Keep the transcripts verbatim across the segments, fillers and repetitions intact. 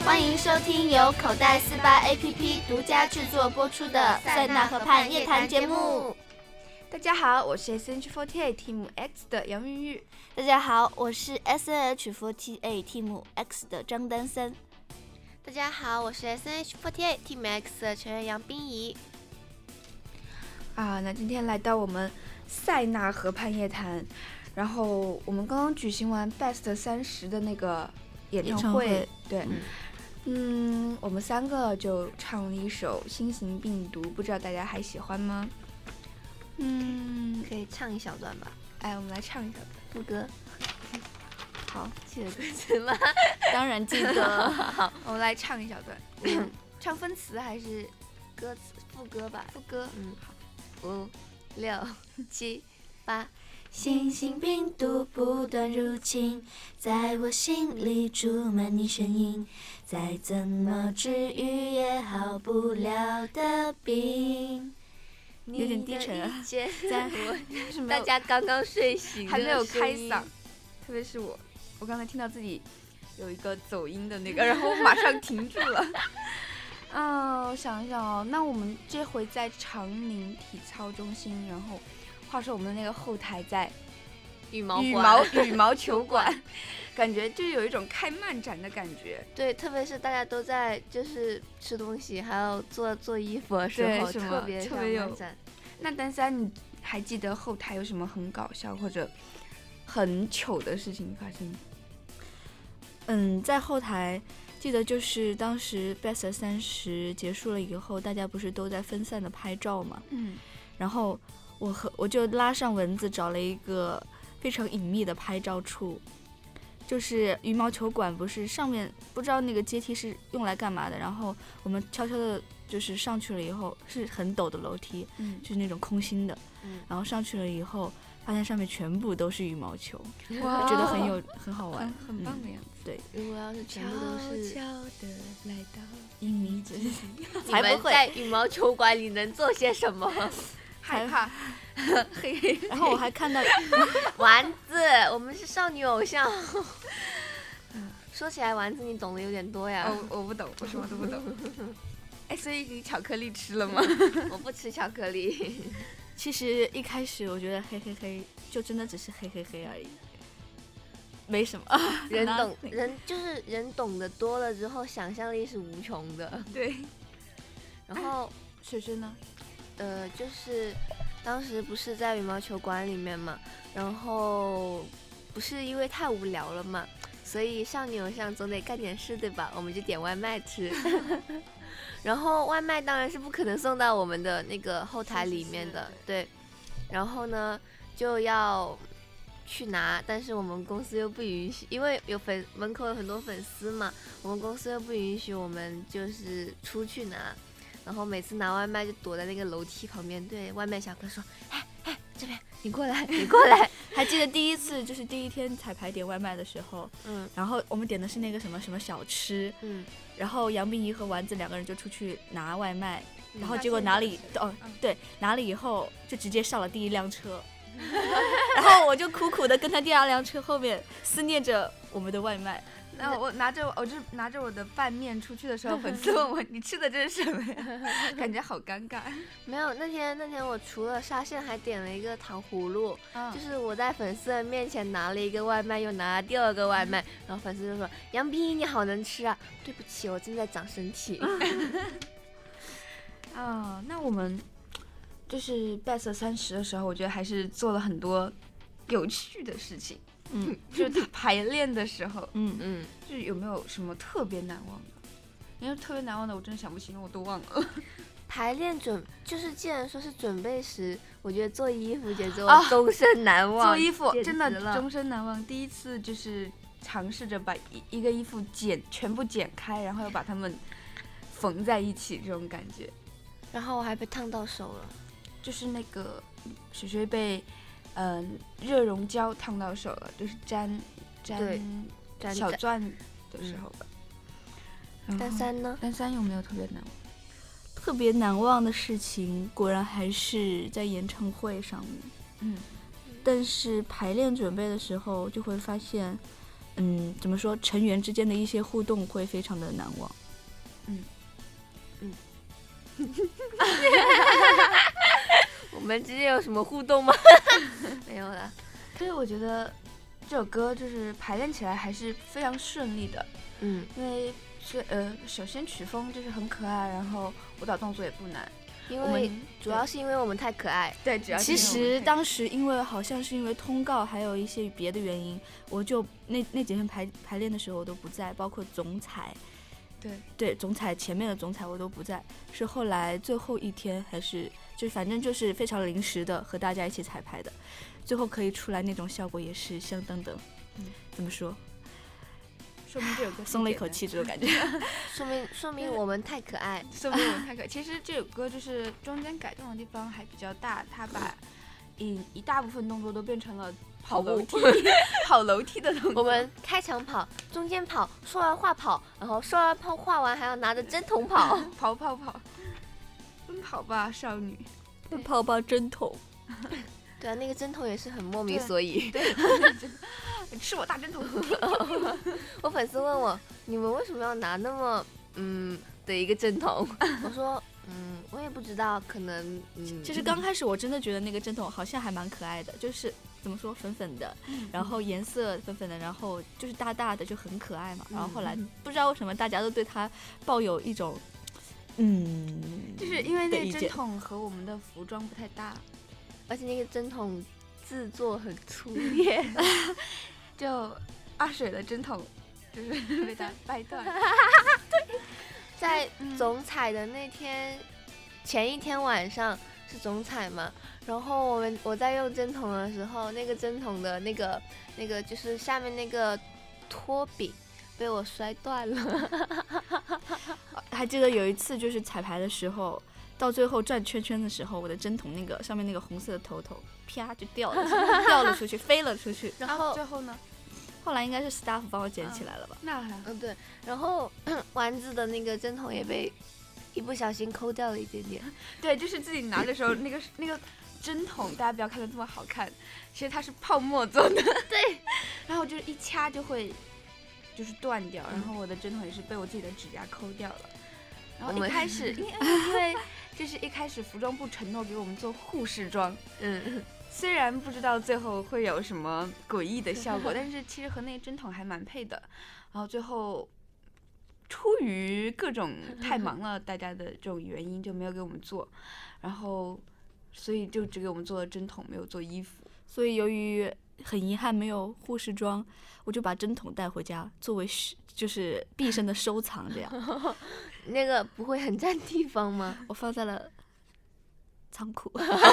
欢迎收听由口袋四八 A P P 独家制作播出的塞纳河畔夜谈节目。 大家好，我是 S N H 四十八 Team X 的杨韵玉。 大家好，我是 S N H 四十八 Team X 的张丹森。 大家好，我是 S N H 四十八 Team X 的成员杨冰怡。 啊，那今天来到我们塞纳河畔夜谈，然后我们刚刚举行完 Best 三十的那个演唱会， 演唱会对，嗯嗯，我们三个就唱了一首《新型病毒》，不知道大家还喜欢吗？ 嗯，可以唱一小段吧。 哎，我们来唱一小段副歌。 好， 记得歌词吗？ 当然记得。 好，我们来唱一小段。嗯、唱分词还是歌词？副歌吧。 副歌。 嗯，好。五、六、七、八。 新型病毒不断入侵，在我心里住满你身影，再怎么治愈也好不了的病。 有点低沉啊， 在大家刚刚睡醒， 还没有开嗓，特别是我，我刚才听到自己有一个走音的那个，然后我马上停住了。嗯，我想一想哦，那我们这回在长宁体操中心，然后话说我们的那个后台在羽毛羽毛羽毛球馆，感觉就有一种开漫展的感觉。 对，特别是大家都在就是吃东西，还有做做衣服的时候，特别特别有。那丹三，你还记得后台有什么很搞笑或者很糗的事情发生？ 嗯，在后台记得就是当时 Best 三十结束了以后，大家不是都在分散的拍照嘛？ 嗯， 然后我和我就拉上蚊子找了一个非常隐秘的拍照处，就是羽毛球馆不是上面不知道那个阶梯是用来干嘛的，然后我们悄悄的就是上去了以后是很陡的楼梯， 嗯， 就是那种空心的， 嗯， 然后上去了以后发现上面全部都是羽毛球， 哇， 我觉得很有很好玩， 很很棒的样子。 嗯、对， 如果要是全部都是悄悄的来到阴迷之地， 才不会在羽毛球馆里能做些什么？ 害怕，嘿嘿。 然后我还看到丸子，我们是少女偶像。说起来，丸子你懂得有点多呀。 哦，我不懂，我什么都不懂。哎，所以你巧克力吃了吗？ 我不吃巧克力。 其实一开始我觉得嘿嘿嘿，就真的只是嘿嘿嘿而已，没什么。 人懂人就是人懂得多了之后，想象力是无穷的。 对。 然后水水呢？ 呃，就是当时不是在羽毛球馆里面嘛，然后不是因为太无聊了嘛，所以少女偶像总得干点事对吧？我们就点外卖吃。然后外卖当然是不可能送到我们的那个后台里面的，对。然后呢就要去拿，但是我们公司又不允许，因为有粉门口有很多粉丝嘛，我们公司又不允许我们就是出去拿。然后每次拿外卖就躲在那个楼梯旁边，对外卖小哥说：“哎哎，这边你过来，你过来。” 还记得第一次就是第一天彩排点外卖的时候， 嗯， 然后我们点的是那个什么什么小吃， 嗯， 然后杨冰怡和丸子两个人就出去拿外卖，嗯、然后结果拿了哦、嗯、对，拿了以后就直接上了第一辆车，然后我就苦苦的跟他第二辆车后面思念着我们的外卖。 那我拿着我就拿着我的拌面出去的时候，粉丝问我你吃的这是什么呀？感觉好尴尬。 没有，那天那天我除了沙县还点了一个糖葫芦， 嗯、 就是我在粉丝的面前拿了一个外卖，又拿了第二个外卖，然后粉丝就说杨冰怡你好能吃啊，对不起我正在长身体。 啊、哦，那我们就是 Best 三十的时候，我觉得还是做了很多有趣的事情。 嗯， 就是排练的时候， 嗯嗯， 就是有没有什么特别难忘的？因为特别难忘的我真的想不起，因为我都忘了。 排练准就是既然说是准备时，我觉得做衣服节奏啊终身难忘。 做衣服真的终身难忘。第一次就是尝试着把一一个衣服剪全部剪开，然后又把它们缝在一起，这种感觉。 然后我还被烫到手了， 就是那个水水被。嗯，热熔胶烫到手了，就是粘粘小钻的时候吧。 丹三呢？ 丹三有没有特别难忘？ 特别难忘的事情，果然还是在演唱会上面。 嗯， 但是排练准备的时候就会发现， 嗯，怎么说，成员之间的一些互动会非常的难忘。 嗯嗯。我们之间有什么互动吗？没有了。 可是我觉得这首歌就是排练起来还是非常顺利的。 嗯， 因为是呃，首先曲风就是很可爱，然后舞蹈动作也不难。 因为主要是因为我们太可爱。 对，主要是因其为我们太实当时因为好像是因为通告，还有一些别的原因，我就那那几天排排练的时候我都不在，包括总彩。 对对，总彩前面的总彩我都不在，是后来最后一天还是就反正就是非常临时的和大家一起彩排的，最后可以出来那种效果也是相当的，嗯，怎么说？ 说明这首歌松了一口气，这种感觉。 说明说明我们太可爱， 说明我们太可爱。其实这首歌就是中间改动的地方还比较大，它把一一大部分动作都变成了跑楼梯、跑楼梯的动作。 我们开场跑，中间跑，说完话跑，然后说完跑画完还要拿着针筒跑， 跑跑跑，奔跑吧少女， 奔跑吧针筒。 对啊，那个针筒也是很莫名所以。 对，是我大针筒。 我粉丝问我，你们为什么要拿那么嗯的一个针筒？我说，嗯，我也不知道，可能嗯。 其实刚开始我真的觉得那个针筒好像还蛮可爱的，就是怎么说粉粉的，然后颜色粉粉的，然后就是大大的，就很可爱嘛。然后后来不知道为什么大家都对它抱有一种，嗯， 就是因为那个针筒和我们的服装不太搭。 而且那个针筒制作很粗劣， 就阿水的针筒就是被他掰断。 对，在总彩的那天，前一天晚上是总彩嘛，然后我们我在用针筒的时候，那个针筒的那个那个就是下面那个托柄被我摔断了。 还记得有一次就是彩排的时候。到最后转圈圈的时候，我的针筒那个上面那个红色的头头，啪就掉了，掉了出去，飞了出去。 然后最后呢？ 后来应该是 staff 帮我捡起来了吧？ 那还嗯对，然后丸子的那个针筒也被一不小心抠掉了一点点。 对，就是自己拿的时候，那个那个针筒，大家不要看得这么好看，其实它是泡沫做的。 对， 然后就是一掐就会就是断掉，然后我的针筒也是被我自己的指甲抠掉了。然后一开始，因为因为就是一开始服装部承诺给我们做护士装， 嗯， 虽然不知道最后会有什么诡异的效果，但是其实和那个针筒还蛮配的。然后最后出于各种太忙了大家的这种原因，就没有给我们做，然后所以就只给我们做了针筒，没有做衣服。 所以由于很遗憾没有护士装，我就把针筒带回家作为就是毕生的收藏，这样。 那个不会很占地方吗？ 我放在了仓库。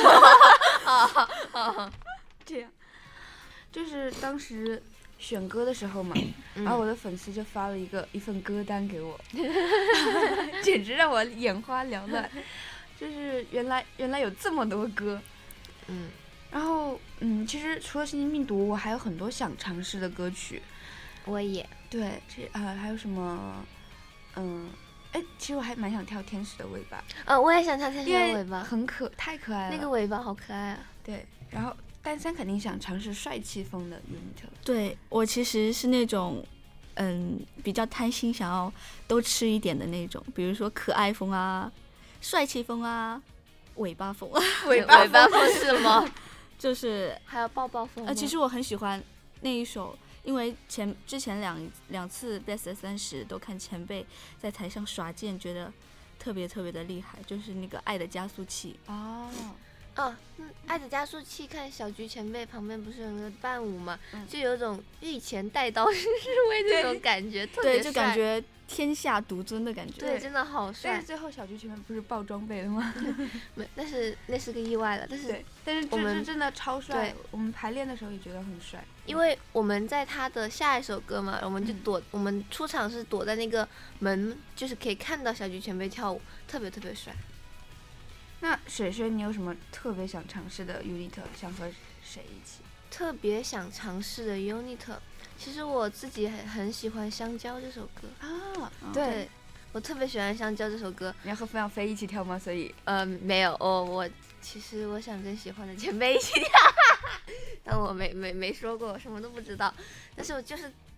这样，就是当时选歌的时候嘛， 嗯、 然后我的粉丝就发了一个一份歌单给我，简直让我眼花缭乱。就是原来原来有这么多歌， 嗯， 然后嗯，其实除了《心灵病毒》，我还有很多想尝试的歌曲。 我也对，这啊、呃、还有什么，嗯。哎，其实我还蛮想跳天使的尾巴。 呃，我也想跳天使的尾巴， 很可太可爱了。 那个尾巴好可爱啊。 对，然后单三肯定想尝试帅气风的 unit。 对，我其实是那种，嗯，比较贪心，想要都吃一点的那种，比如说可爱风啊、帅气风啊、尾巴风啊。 尾巴尾巴风是什么？ 就是还有抱抱风。 呃，其实我很喜欢那一首。因为前之前两两次 Best 三十都看前辈在台上耍剑，觉得特别特别的厉害，就是那个爱的加速器。 哦， 哦，嗯，爱的加速器，看小菊前辈旁边不是有那个伴舞嘛， 嗯、 就有种御前带刀是为那种感觉，特别对，就感觉天下独尊的感觉。 对，真的好帅。 但是最后小菊前面不是爆装备了吗？ 没，但是那是个意外了。但是对，但是我们真的超帅。我们排练的时候也觉得很帅。 因为我们在他的下一首歌嘛，我们就躲，嗯、我们出场是躲在那个门，就是可以看到小菊前辈跳舞，特别特别帅。 那水水，你有什么特别想尝试的 unit 想和谁一起？ 特别想尝试的 unit， 其实我自己很很喜欢《香蕉》这首歌啊， 对。对，我特别喜欢《香蕉》这首歌。 你要和付养飞一起跳吗？所以呃没有，哦，我其实我想跟喜欢的前辈一起跳，但我没没没说过，我什么都不知道。但是我就是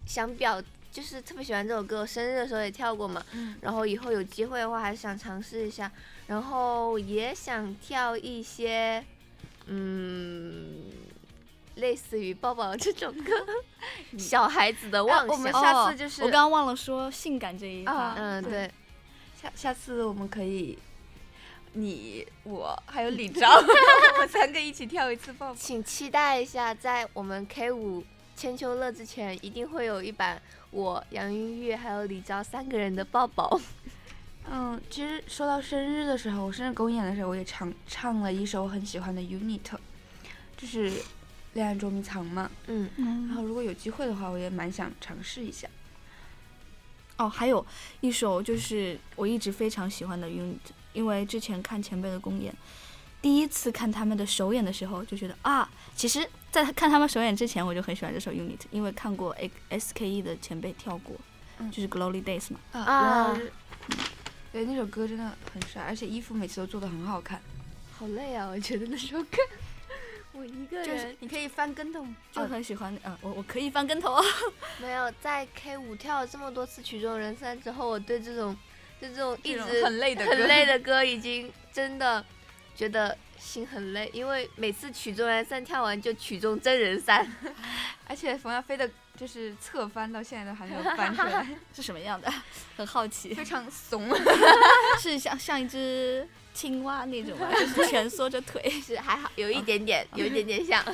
想表，就是特别喜欢这首歌，我生日的时候也跳过嘛， 嗯， 然后以后有机会的话还是想尝试一下，然后也想跳一些，嗯，类似于抱抱这种歌，小孩子的妄啊我们想。 下次就是哦我刚刚忘了说性感这一趴。 啊嗯， 对对， 下下次我们可以，你我还有李昭，我们三个一起跳一次抱抱。 请期待一下，在我们 K 五千秋乐之前，一定会有一版我杨云玉还有李昭三个人的抱抱。 嗯，其实说到生日的时候，我生日公演的时候，我也唱唱了一首我很喜欢的 unit， 就是《恋爱捉迷藏》嘛。 嗯， 然后如果有机会的话，我也蛮想尝试一下。 哦，还有一首就是我一直非常喜欢的 unit， 因为之前看前辈的公演，第一次看他们的首演的时候就觉得啊，其实在看他们首演之前我就很喜欢这首 unit， 因为看过 S K E 的前辈跳过， 嗯就是 Glory Days 嘛。 啊， 啊然后是对，那首歌真的很帅，而且衣服每次都做的很好看。 好累啊，我觉得那首歌，我一个就是人你可以翻跟头， 就很喜欢，嗯、呃，我我可以翻跟头啊。 没有在 K 五跳了这么多次曲终人散之后，我对这种就这种一这种直很累的歌很累的歌已经真的觉得心很累，因为每次曲终人散跳完就曲终真人散。 而且冯耀飞的就是侧翻到现在都还没有翻出来， 是什么样的？很好奇， 非常怂。 是像像一只青蛙那种吗？就是蜷缩着腿。 是还好，有一点点，有一点点像。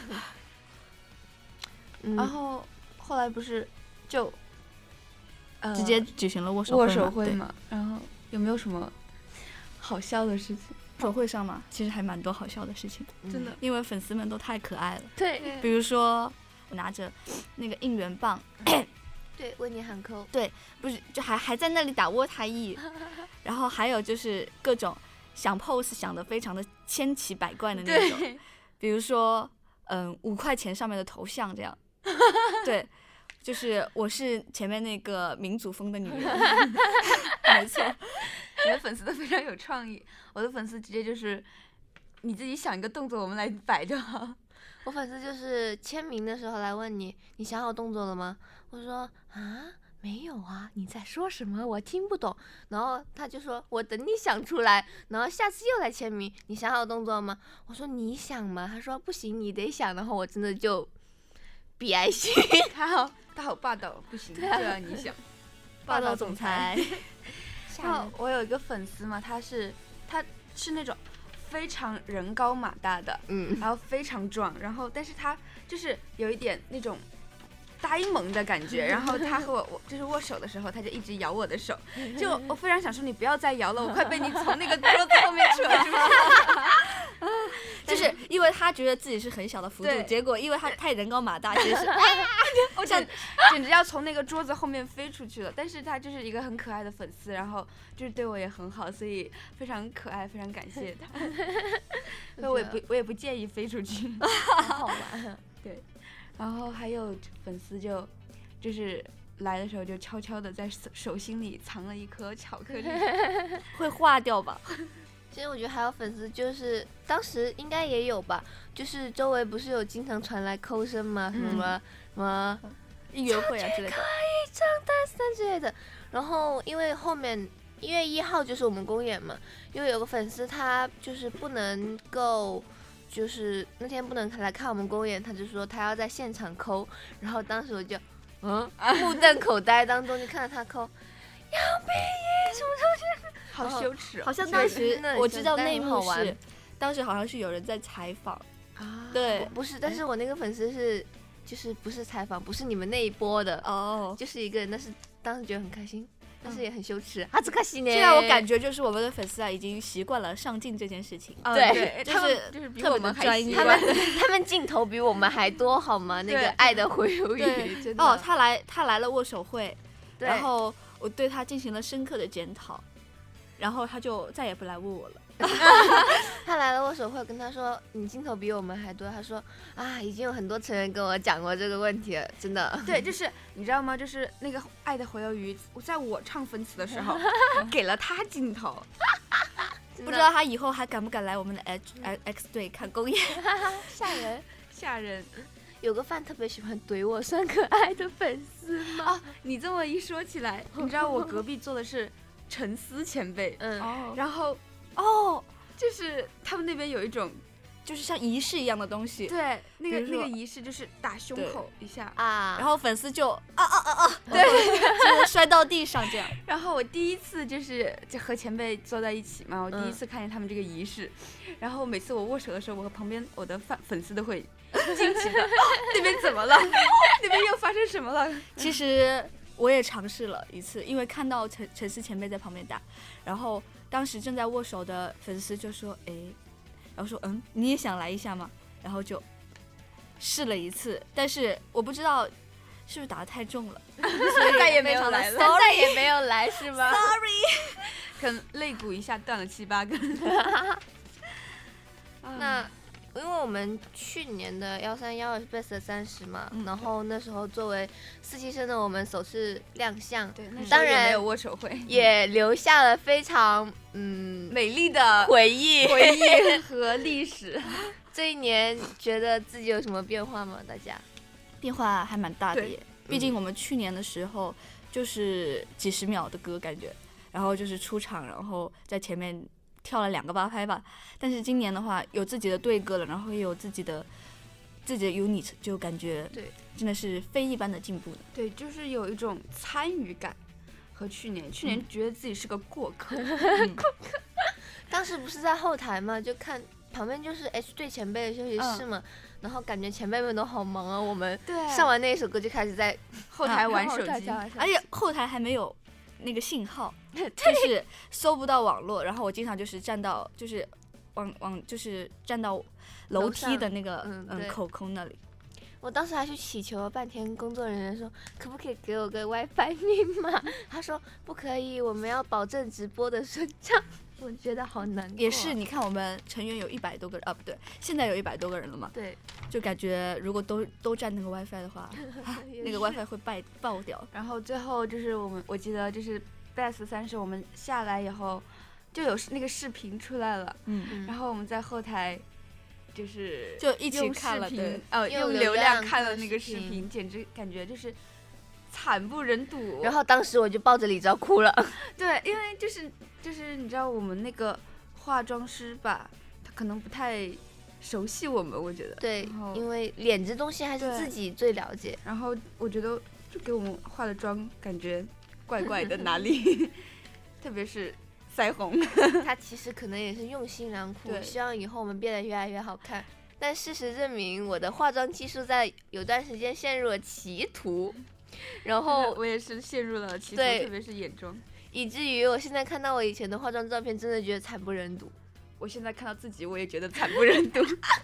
嗯然后后来不是就、呃、 直接举行了握手握会嘛对手会嘛，然后有没有什么好笑的事情？ 握手会上嘛，其实还蛮多好笑的事情的， 真的， 因为粉丝们都太可爱了。 对比如说我拿着那个应援棒， 对，为你喊扣。 不是就还还在那里打窝台艺，然后还有就是各种想 pose 想的非常的千奇百怪的那种， 对， 比如说嗯五块钱上面的头像这样，对，就是我是前面那个民族风的女人，没错， 你的粉丝都非常有创意，我的粉丝直接就是你自己想一个动作，我们来摆就好。 我粉丝就是签名的时候来问你，你想好动作了吗？我说啊，没有啊，你在说什么？我听不懂。然后他就说，我等你想出来，然后下次又来签名，你想好动作吗？我说你想吗？他说不行，你得想。然后我真的就比爱心， 他好，他好霸道，不行，就要你想。 霸道总裁， 然后我有一个粉丝嘛，他是他是那种非常人高马大的， 嗯， 然后非常壮，然后但是他就是有一点那种呆萌的感觉，然后他和我我就是握手的时候，他就一直摇我的手，就我非常想说你不要再摇了，我快被你从那个桌子后面扯出去了。 就是因为他觉得自己是很小的幅度， 对结果因为他太人高马大，其实是我简简直要从那个桌子后面飞出去了。但是他就是一个很可爱的粉丝，然后就是对我也很好，所以非常可爱，非常感谢他。所以我也不我也不介意飞出去。 好玩。 对，然后还有粉丝就就是来的时候就悄悄的在手手心里藏了一颗巧克力。 会化掉吧？ 其实我觉得还有粉丝，就是当时应该也有吧，就是周围不是有经常传来扣声吗？什么什么音乐会啊之类的。 三之类的。然后因为后面一月一号就是我们公演嘛，因为有个粉丝他就是不能够，就是那天不能来看我们公演，他就说他要在现场抠，然后当时我就嗯目瞪口呆当中就看到他抠，杨碧怡什么东西。 好羞耻哦！ 好像当时真的我知道但内幕很好玩是，当时好像是有人在采访， 啊， 对， 不是，但是我那个粉丝是就是不是采访，不是你们那一波的， 哦。 就是一个人，但是当时觉得很开心，但是也很羞耻，哈兹卡西呢。 现在我感觉就是我们的粉丝啊，已经习惯了上镜这件事情， 嗯对对，他就是们就是比特别我们还的专业习惯他们他们镜头比我们还多好吗？那对个爱的回游对语，真的。 哦，他来他来了握手会， 对然后我对他进行了深刻的检讨，然后他就再也不来问我了。 他来了握手会，我跟他说你镜头比我们还多，他说啊，已经有很多成员跟我讲过这个问题了，真的。 对，就是你知道吗？就是那个《爱的回游鱼》，在我唱分词的时候，给了他镜头。 真的不知道他以后还敢不敢来我们的 X X 队看公演？ 吓人。 吓人。 有个饭特别喜欢怼我算可爱的粉丝吗？ 啊，你这么一说起来，你知道我隔壁坐的是陈思前辈， 嗯， 哦然后哦， 就是他们那边有一种就是像仪式一样的东西， 对那个比如说那个仪式就是打胸口一下， 啊， 然后粉丝就啊啊啊啊，对，就是摔到地上这样。 然后我第一次就是就和前辈坐在一起嘛，我第一次看见他们这个仪式，然后每次我握手的时候，我和旁边我的粉粉丝都会惊奇的，那边怎么了？那边又发生什么了？ 其实我也尝试了一次，因为看到陈陈思前辈在旁边打，然后当时正在握手的粉丝就说：“哎，然后说嗯，你也想来一下吗？”然后就试了一次，但是我不知道是不是打得太重了，所以再也没非常的有来了 sorry 再也没有来是吗？ 可能肋骨一下断了七八根。 那因为我们去年的幺三幺是 best 三十嘛， 嗯然后那时候作为实习生的我们首次亮相， 对，那时候当然也没有握手会， 也留下了非常嗯美丽的回忆。 回忆和历史。 这一年觉得自己有什么变化吗？大家？ 变化还蛮大的对耶。毕竟我们去年的时候就是几十秒的歌感觉，然后就是出场，然后在前面跳了两个八拍吧。但是今年的话，有自己的对歌了，然后也有自己的自己的 unit， 就感觉对， 真的是非一般的进步的。 对，就是有一种参与感。和去年，去年觉得自己是个过客， 嗯、 当时不是在后台嘛，就看旁边就是 H 队前辈的休息室嘛，嗯、然后感觉前辈们都好忙啊。我们上完那一首歌就开始在后台玩手机， 啊、而且后台还没有那个信号，就是搜不到网络。然后我经常就是站到就是往往就是站到楼梯的那个嗯嗯口空那里。 我当时还去祈求了半天，工作人员说可不可以给我个 WiFi 密码？他说不可以，我们要保证直播的顺畅。我觉得好难过。 也是，你看我们成员有一百多个人啊，不对，现在有一百多个人了嘛。 对， 就感觉如果都都占那个 WiFi 的话，啊、那个 WiFi 会爆爆掉。 然后最后就是我们，我记得就是 best 三十，我们下来以后就有那个视频出来了， 嗯， 然后我们在后台。就是就一起看了， 对，哦，用流量看了那个视频，简直感觉就是惨不忍睹。 然后当时我就抱着李昭哭了。 对，因为就是就是你知道我们那个化妆师吧，他可能不太熟悉我们，我觉得。 对，因为脸这东西还是自己最了解。 然后我觉得就给我们化的妆感觉怪怪的哪里，特别是。腮红， 他其实可能也是用心良苦，希望以后我们变得越来越好看。但事实证明，我的化妆技术在有段时间陷入了歧途，然后我也是陷入了歧途，特别是眼妆， 以至于我现在看到我以前的化妆照片，真的觉得惨不忍睹。 我现在看到自己，我也觉得惨不忍睹。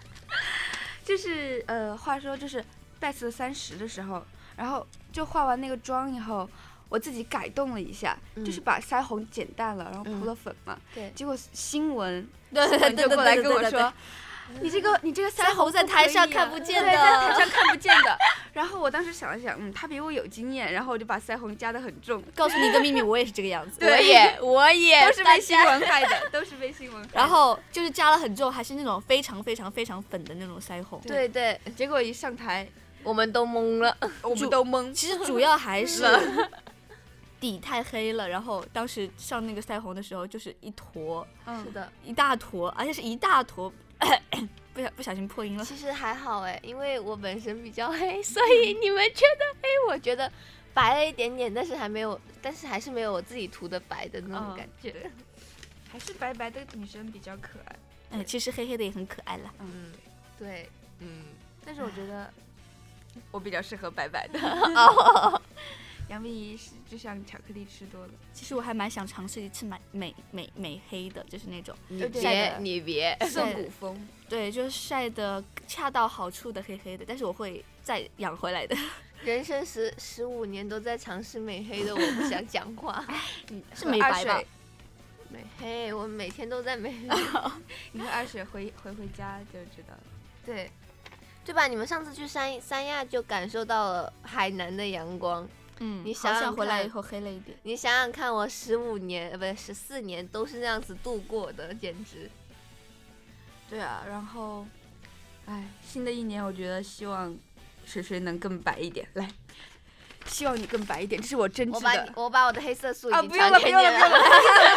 就是呃，话说就是 best 三十的时候，然后就化完那个妆以后。我自己改动了一下，嗯、就是把腮红减淡了，然后涂了粉嘛。 嗯、对。 结果新闻， 对对对， 就过来跟我说，你这个你这个腮红在台上看不见的， 对，在台上看不见的。然后我当时想了想，嗯，他比我有经验，然后我就把腮红加得很重。 告诉你一个秘密，我也是这个样子。 我也，我也都是被新闻害的，都是被新闻害的。 然后就是加了很重，还是那种非常非常非常粉的那种腮红。 对对。 结果一上台， 我们都懵了， 我们都懵。 其实主要还是。底太黑了，然后当时上那个腮红的时候就是一坨， 嗯，是的， 一大坨，而且是一大坨，不小不小心破音了。 其实还好哎，因为我本身比较黑，所以你们觉得黑，我觉得白了一点点，但是还没有，但是还是没有我自己涂的白的那种感觉， 嗯、还是白白的女生比较可爱。 嗯，其实黑黑的也很可爱了。 嗯，对，嗯， 但是我觉得我比较适合白白的。 哦。 杨碧怡是就像巧克力吃多了， 其实我还蛮想尝试一次美美美美黑的，就是那种你别你别涩谷风， 对，就是晒的恰到好处的黑黑的，但是我会再养回来的。 人生十十五年都在尝试美黑的，我不想讲话。 是美白吧？ 美黑，我每天都在美黑。 你和二水回回回家就知道了。 对，对吧？你们上次去三三亚就感受到了海南的阳光。 嗯， 你想想回来以后黑了一点。 你想想看，我十五年呃不是十四年都是那样子度过的，简直。 对啊，然后，哎，新的一年我觉得希望水水能更白一点，来，希望你更白一点，这是我真我挚的。 把你我把我的黑色素已啊， 经不用了， 传给你不用了，不用了。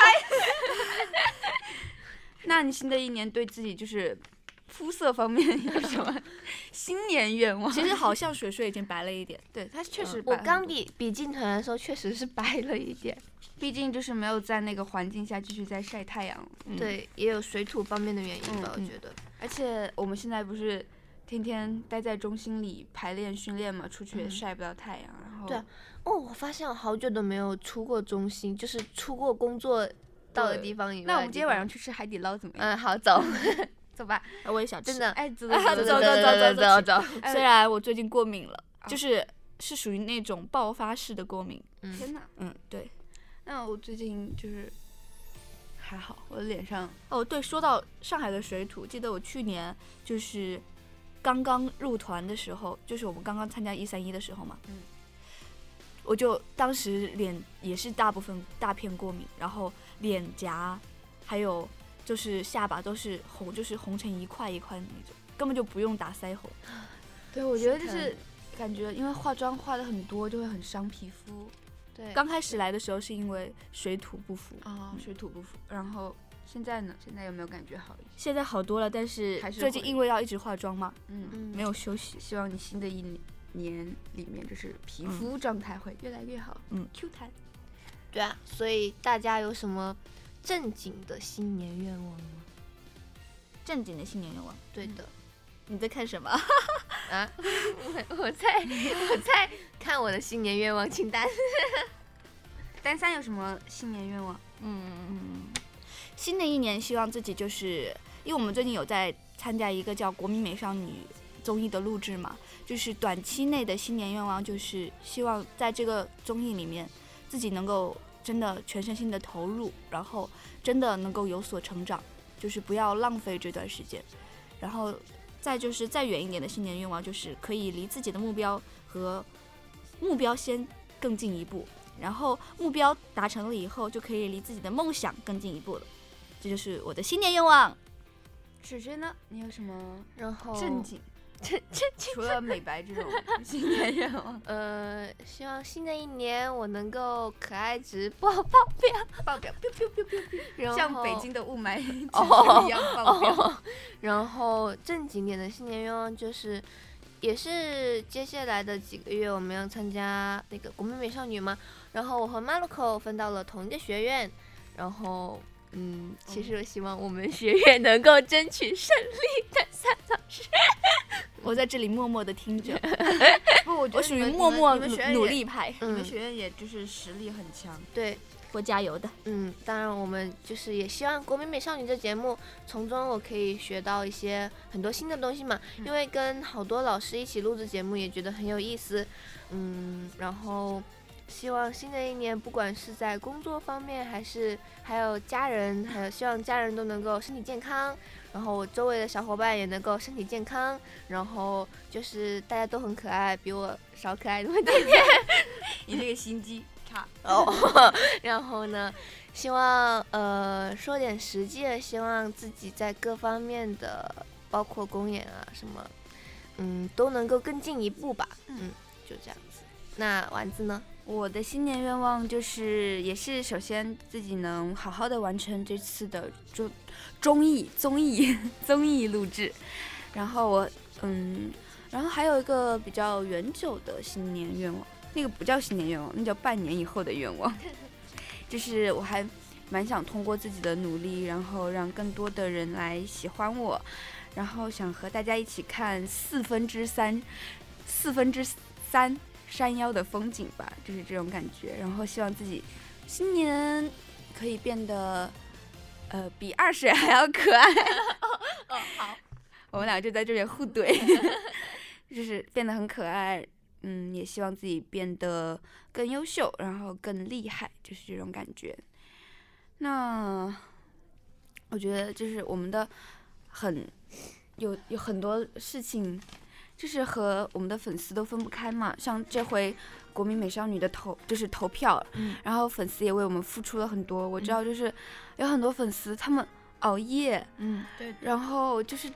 那你新的一年对自己就是肤色方面有什么新年愿望？ 其实好像水水已经白了一点， 对他确实白我很多， 刚比比进团的时候确实是白了一点， 毕竟就是没有在那个环境下继续在晒太阳， 嗯， 对，也有水土方面的原因吧， 嗯我觉得。 而且我们现在不是天天待在中心里排练训练嘛，出去也嗯晒不到太阳，然后对啊哦，我发现我好久都没有出过中心，就是出过工作到的对地方以外的地方。 那我们今天晚上去吃海底捞怎么样？ 嗯，好走走吧。 我也想吃真的。 哎，走走走走走走走走。 哎虽然我最近过敏了， 啊就是是属于那种爆发式的过敏。 嗯天哪， 嗯，对。 那我最近就是还好，我的脸上哦，对，说到上海的水土，记得我去年就是刚刚入团的时候，就是我们刚刚参加一三一的时候嘛， 嗯， 我就当时脸也是大部分大片过敏，然后脸颊还有就是下巴都是红，就是红成一块一块的那种，根本就不用打腮红。 对，我觉得就心疼是感觉因为化妆化的很多，就会很伤皮肤对， 刚开始来的时候是因为水土不服， 啊，水土不服。然后现在呢？现在有没有感觉好一点？ 现在好多了，但是还是最近会因为要一直化妆嘛， 嗯， 嗯没有休息。 希望你新的一年里面就是皮肤状态会越来越好， 嗯 ，Q 弹。 对啊，所以大家有什么正经的新年愿望吗？ 正经的新年愿望， 对的。 你在看什么？ 啊，我我在我在看我的新年愿望清单。 单三有什么新年愿望？ 嗯，新的一年希望自己就是，因为我们最近有在参加一个叫《国民美少女》综艺的录制嘛，就是短期内的新年愿望就是希望在这个综艺里面自己能够真的全身心的投入，然后真的能够有所成长，就是不要浪费这段时间。然后再就是再远一点的新年愿望就是可以离自己的目标和目标先更进一步。然后目标达成了以后，就可以离自己的梦想更进一步了。这就是我的新年愿望。 水水呢？你有什么然后正经？ 正正经除了美白这种新年愿望， 呃，希望新的一年我能够可爱值爆爆表， 爆表 biu biu biu biu biu， 然后像北京的雾霾指哦数一样爆表。 哦，然后正经点的新年愿望就是，也是接下来的几个月我们要参加那个国民美少女嘛，然后我和 Maruko 分到了同一个学院，然后嗯，其实我希望我们学院能够争取胜利的三老师。 我在这里默默的听着， 不，我觉我属于得你们默默努你们学院也努力派， 你们嗯， 学院也就是实力很强。 对， 会加油的。 嗯，当然我们就是也希望《国民美少女》这节目，从中我可以学到一些很多新的东西嘛， 嗯因为跟好多老师一起录制节目也觉得很有意思，嗯，然后希望新的一年，不管是在工作方面，还是还有家人，还有希望家人都能够身体健康，然后我周围的小伙伴也能够身体健康，然后就是大家都很可爱，比我少可爱那么一点点。 你这个心机差。 哦，然后呢，希望呃说点实际的，希望自己在各方面的，包括公演啊什么，嗯，都能够更进一步吧。嗯，就这样子。那丸子呢？ 我的新年愿望就是，也是首先自己能好好的完成这次的综综艺综艺综艺录制，然后我嗯，然后还有一个比较远久的新年愿望，那个不叫新年愿望，那叫半年以后的愿望，就是我还蛮想通过自己的努力，然后让更多的人来喜欢我，然后想和大家一起看四分之三四分之三。山腰的风景吧，就是这种感觉。然后希望自己新年可以变得，呃，比二水还要可爱。 哦，好。 我们俩就在这边互怼，就是变得很可爱。嗯，也希望自己变得更优秀，然后更厉害，就是这种感觉。那我觉得就是我们的很有有很多事情。就是和我们的粉丝都分不开嘛，像这回国民美少女的投就是投票， 嗯， 然后粉丝也为我们付出了很多。我知道就是有很多粉丝他们熬夜， 嗯， 对，然后就是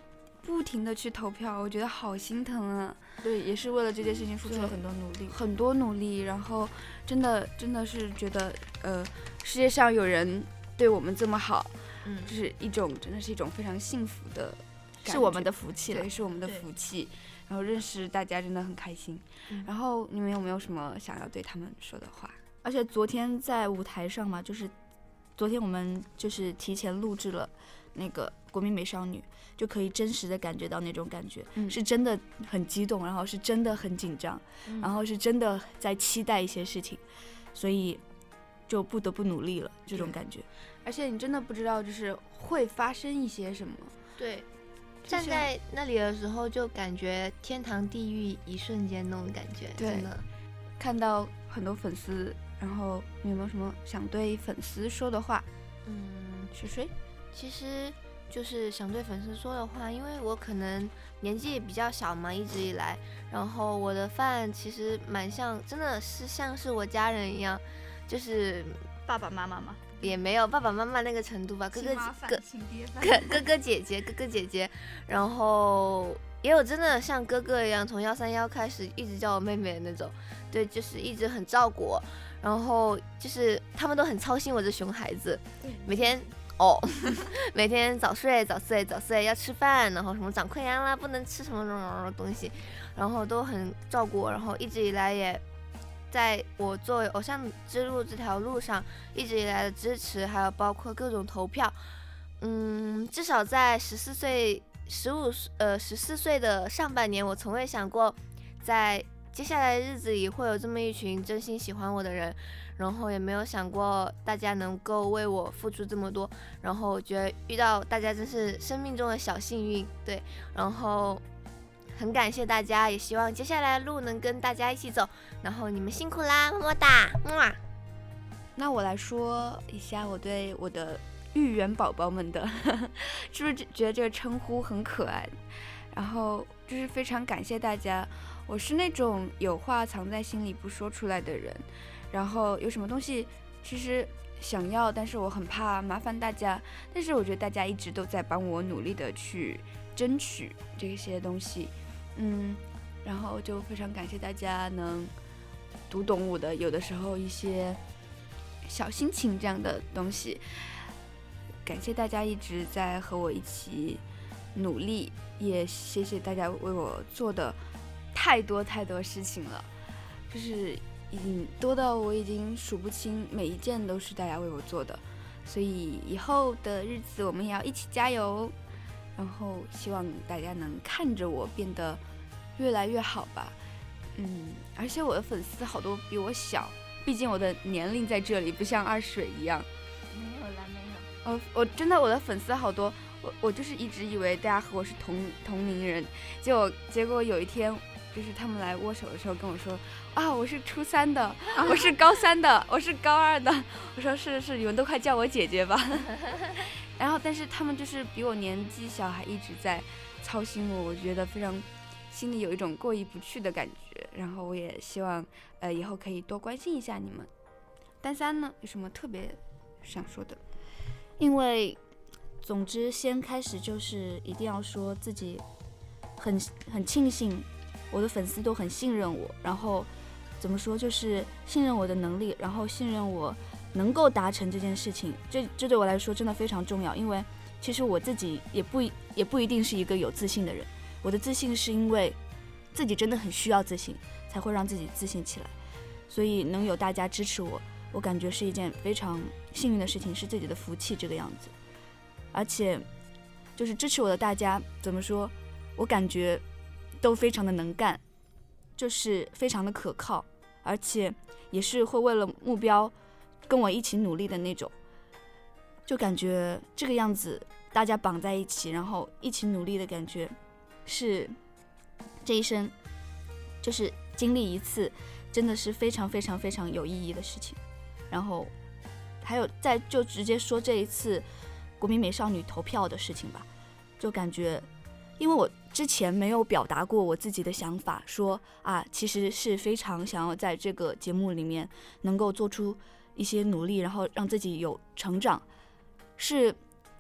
不停的去投票，我觉得好心疼啊。 对，也是为了这件事情付出了很多努力， 很多努力，然后真的真的是觉得，呃，世界上有人对我们这么好， 嗯， 就是一种真的是一种非常幸福的感觉， 是我们的福气了， 对，是我们的福气。然后认识大家真的很开心。 嗯、 然后你们有没有什么想要对他们说的话？ 而且昨天在舞台上嘛，就是昨天我们就是提前录制了那个国民美少女，就可以真实的感觉到那种感觉， 嗯、 是真的很激动，然后是真的很紧张， 嗯、 然后是真的在期待一些事情，所以就不得不努力了这种感觉。 而且你真的不知道就是会发生一些什么。 对，站在那里的时候就感觉天堂地狱一瞬间那种感觉，真的。 看到很多粉丝，然后你有没有什么想对粉丝说的话？ 嗯， 水水， 其实就是想对粉丝说的话，因为我可能年纪也比较小嘛，一直以来，然后我的饭其实蛮像，真的是像是我家人一样，就是爸爸妈妈嘛， 也没有爸爸妈妈那个程度吧，哥哥哥哥哥哥姐姐哥哥姐姐，然后也有真的像哥哥一样，从幺三幺开始一直叫我妹妹的那种，对，就是一直很照顾我，然后就是他们都很操心我这熊孩子，每天哦，每天早睡早睡早睡要吃饭，然后什么长溃疡啦，不能吃什么什么东西，然后都很照顾我，然后一直以来也在我作为偶像之路这条路上一直以来的支持，还有包括各种投票，嗯，至少在十四岁、十五呃十四岁的上半年，我从未想过在接下来的日子里会有这么一群真心喜欢我的人，然后也没有想过大家能够为我付出这么多，然后我觉得遇到大家真是生命中的小幸运，对，然后很感谢大家，也希望接下来的路能跟大家一起走，然后你们辛苦啦，么么哒，么。 那我来说一下我对我的芋圆宝宝们的，是不是觉得这个称呼很可爱？然后就是非常感谢大家，我是那种有话藏在心里不说出来的人，然后有什么东西其实想要，但是我很怕麻烦大家，但是我觉得大家一直都在帮我努力的去争取这些东西，嗯，然后就非常感谢大家能读懂我的有的时候一些小心情这样的东西，感谢大家一直在和我一起努力，也谢谢大家为我做的太多太多事情了，就是已经多到我已经数不清，每一件都是大家为我做的，所以以后的日子我们也要一起加油，然后希望大家能看着我变得越来越好吧。嗯，而且我的粉丝好多比我小，毕竟我的年龄在这里不像二水一样。 没有啦，没有。 呃，我真的我的粉丝好多，我我就是一直以为大家和我是同同龄人，结果结果有一天，就是他们来握手的时候跟我说，啊，我是初三的，我是高三的，我是高二的。我说是是，你们都快叫我姐姐吧。然后，但是他们就是比我年纪小，还一直在操心我，我觉得非常心里有一种过意不去的感觉。然后我也希望，呃，以后可以多关心一下你们。单三呢，有什么特别想说的？ 因为，总之先开始就是一定要说自己很很庆幸，我的粉丝都很信任我，然后怎么说就是信任我的能力，然后信任我能够达成这件事情，这这对我来说真的非常重要。因为其实我自己也不也不一定是一个有自信的人，我的自信是因为自己真的很需要自信，才会让自己自信起来。所以能有大家支持我，我感觉是一件非常幸运的事情，是自己的福气这个样子。而且就是支持我的大家怎么说，我感觉都非常的能干，就是非常的可靠，而且也是会为了目标跟我一起努力的那种，就感觉这个样子大家绑在一起，然后一起努力的感觉，是这一生就是经历一次真的是非常非常非常有意义的事情。然后还有再就直接说这一次国民美少女投票的事情吧，就感觉因为我之前没有表达过我自己的想法，说啊其实是非常想要在这个节目里面能够做出一些努力，然后让自己有成长，是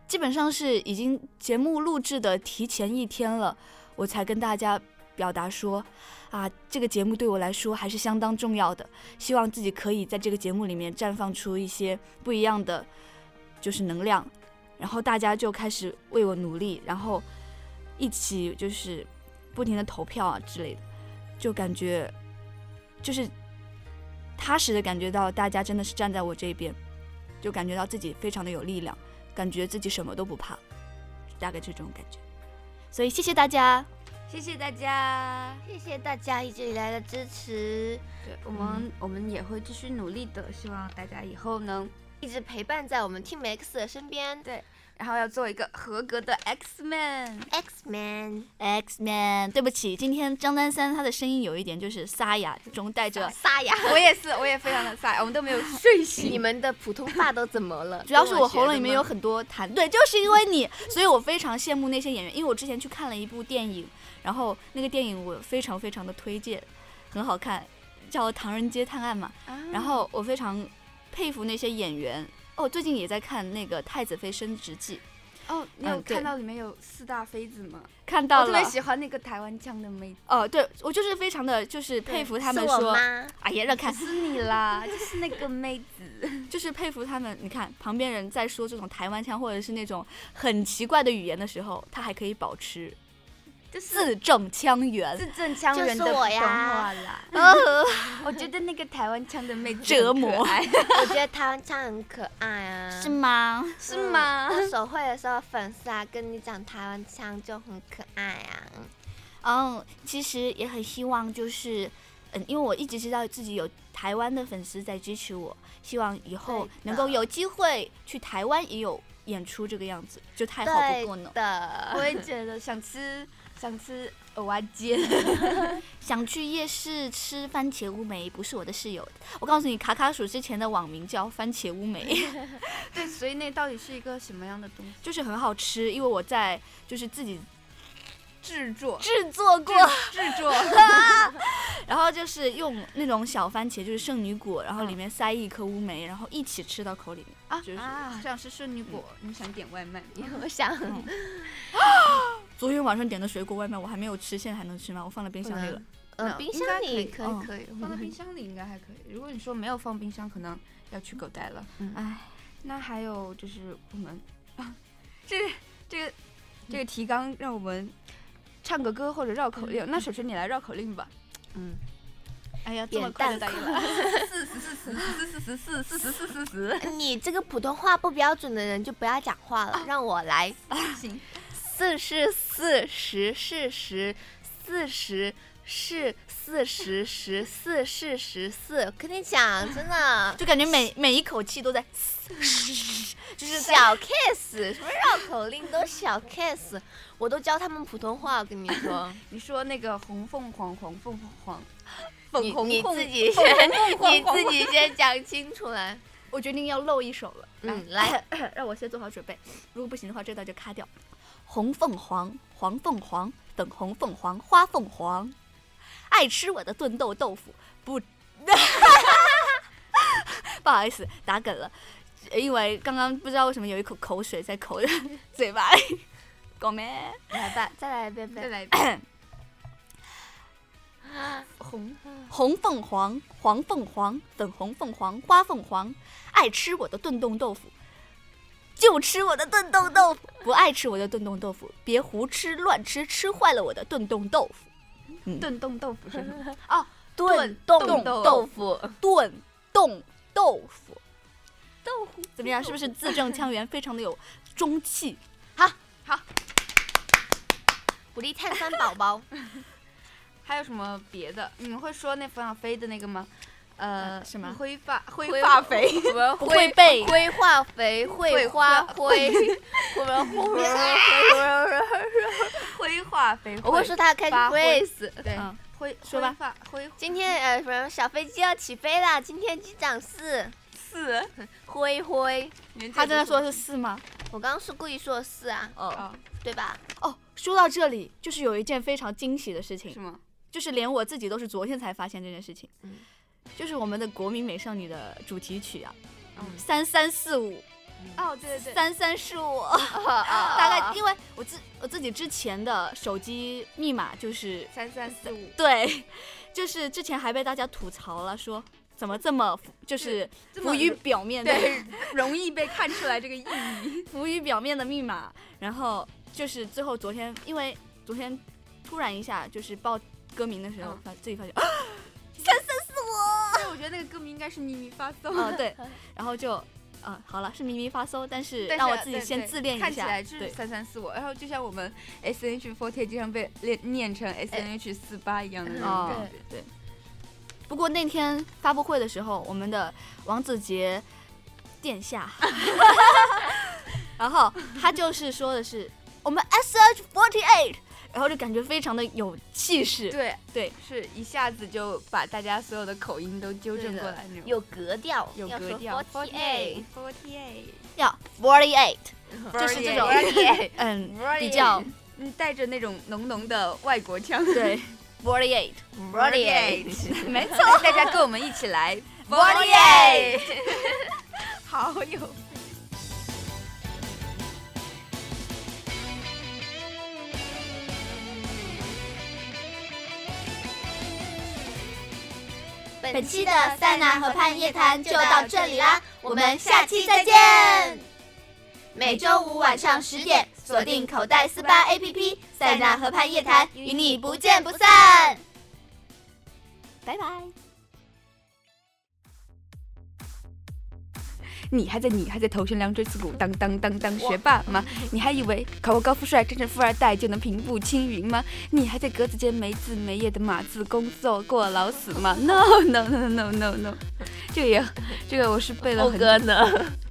基本上是已经节目录制的提前一天了，我才跟大家表达说啊，这个节目对我来说还是相当重要的，希望自己可以在这个节目里面绽放出一些不一样的就是能量，然后大家就开始为我努力，然后一起就是不停的投票啊之类的，就感觉就是踏实的感觉到大家真的是站在我这边，就感觉到自己非常的有力量，感觉自己什么都不怕，大概这种感觉。所以谢谢大家， 谢谢大家， 谢谢大家一直以来的支持， 对我们、嗯、我们也会继续努力的，希望大家以后能一直陪伴在我们 Team X 的身边。 对，然后要做一个合格的 X-Man。 X-Man X-Man， 对不起，今天张丹三他的声音有一点就是沙哑中带着沙哑， 我也是，我也非常的沙哑，我们都没有睡醒。 你们的普通话都怎么了？ 主要是我喉咙里面有很多痰，对，就是因为你，所以我非常羡慕那些演员，因为我之前去看了一部电影，然后那个电影我非常非常的推荐，很好看，叫《唐人街探案》嘛，啊、然后我非常佩服那些演员。哦，最近也在看那个《太子妃升职记》。 哦，你有看到里面有四大妃子吗？ 看到了， 我特别喜欢那个台湾腔的妹子。 哦，对，我就是非常的就是佩服他们说，哎呀，让看是你啦，就是那个妹子， 就是佩服他们。你看旁边人在说这种台湾腔或者是那种很奇怪的语言的时候，他还可以保持字正腔圆， 字正腔圆的普通话啦。我觉得那个台湾腔的妹子折磨， 我觉得台湾腔很可爱啊。 是吗？ 是吗？ 我手绘的时候，粉丝啊跟你讲台湾腔就很可爱啊。 嗯，其实也很希望就是，嗯，因为我一直知道自己有台湾的粉丝在支持我，希望以后能够有机会去台湾也有演出这个样子，就太好不过呢。 的， 我也觉得想吃。想吃蚵仔煎， 想去夜市吃番茄乌梅，不是我的室友。我告诉你，卡卡鼠之前的网名叫番茄乌梅。 对，所以那到底是一个什么样的东西？ 就是很好吃，因为我在就是自己制作制作过制作， 然后就是用那种小番茄，就是圣女果，然后里面塞一颗乌梅，然后一起吃到口里面啊， 就是啊，像是圣女果。嗯、你想点外卖？ 我想。 嗯昨天晚上点的水果外卖我还没有吃，现在还能吃吗？我放在冰箱里了。 呃，冰箱里可以可以， 放在冰箱里应该还可以。如果你说没有放冰箱，可能要去狗带了。 嗯，哎， 那还有就是我们，啊、这这个这个提纲让我们唱个歌或者绕口令。嗯、那水水你来绕口令吧。 嗯。 哎呀，这么快就答应了。 四十四十四十四十四四十四四十。 你这个普通话不标准的人就不要讲话了，啊、让我来。 行。 四是四十是十，四十是四十十四是十四。我跟你讲，真的， 就感觉每每一口气都在， 就是小 case， 什么绕口令都小 case， 我都教他们普通话。我跟你说， 你说那个红凤凰，黄凤凰， 粉红你自己先，你自己先讲清楚来。 我决定要露一手了。 嗯，来， 让我先做好准备。如果不行的话，这道就卡掉。红凤凰，黄凤凰，粉红凤凰，花凤凰，爱吃我的炖豆豆腐，不，不好意思，打梗了，因为刚刚不知道为什么有一口口水在口嘴巴里，狗咩？ 来吧，再来一遍， 再来一遍。 红红凤凰，黄凤凰，粉红凤凰，花凤凰，爱吃我的炖冻豆腐。就吃我的炖冻豆腐，不爱吃我的炖冻豆腐，别胡吃乱吃，吃坏了我的炖冻豆腐。 嗯、炖冻豆腐是什么？哦， 炖冻豆腐， 炖冻豆腐，豆腐怎么样？是不是字正腔圆，非常的有中气？ 好，好，鼓励碳酸宝宝。 还有什么别的？你们会说那冯小飞的那个吗？呃， 什么？ 灰发灰发肥， 不会背。 灰化肥，会花灰， 灰化肥。 我会说他开 quiz， 对，灰说吧。 灰。今天呃，什么小飞机要起飞了？今天机长四四灰灰。 他真的说的是四吗？ 我刚刚是故意说的四啊。 哦， 对吧？ 哦，说到这里，就是有一件非常惊喜的事情。 是吗？ 就是连我自己都是昨天才发现这件事情。 嗯。 就是我们的国民美少女的主题曲啊， 嗯， 三三四五， 哦，对对对， 三三是我，大概因为我自我自己之前的手机密码就是三三四五， 对，就是之前还被大家吐槽了，说怎么这么就是浮于表面的， 对，容易被看出来这个意义， 浮于表面的密码。然后就是最后昨天，因为昨天突然一下就是报歌名的时候， 嗯发自己发现啊，三三是我。 对，我觉得那个歌名应该是咪咪发嗦。 嗯，对，然后就。啊，好了，是咪咪发嗦，但是但是让我自己先自恋一下， 看起来是三三四五，然后就像我们 S N H 四十八 经常被念念成 S N H 四八一样的那种感觉。 对。不过那天发布会的时候，我们的王子杰殿下，然后他就是说的是我们 S H 四十八。然后就感觉非常的有气势， 对对， 是一下子就把大家所有的口音都纠正过来那种， 有格调， 有格调 ，forty eight， forty eight， 要 forty eight， 就是这种嗯比较嗯带着那种浓浓的外国腔， 对 forty eight forty eight， 没错， 大家跟我们一起来 forty eight， 好有。 本期的塞纳河畔夜谈就到这里啦，我们下期再见。每周五晚上十点，锁定口袋四八 A P P， 塞纳河畔夜谈与你不见不散。拜拜。 你还在你还在头悬梁锥刺股当当当当学霸吗？你还以为考个高富帅真成富二代就能平步青云吗？你还在格子间没字没页的码字工作过劳死吗 ？No No No No No No， 这个也这个我是背了很多呢。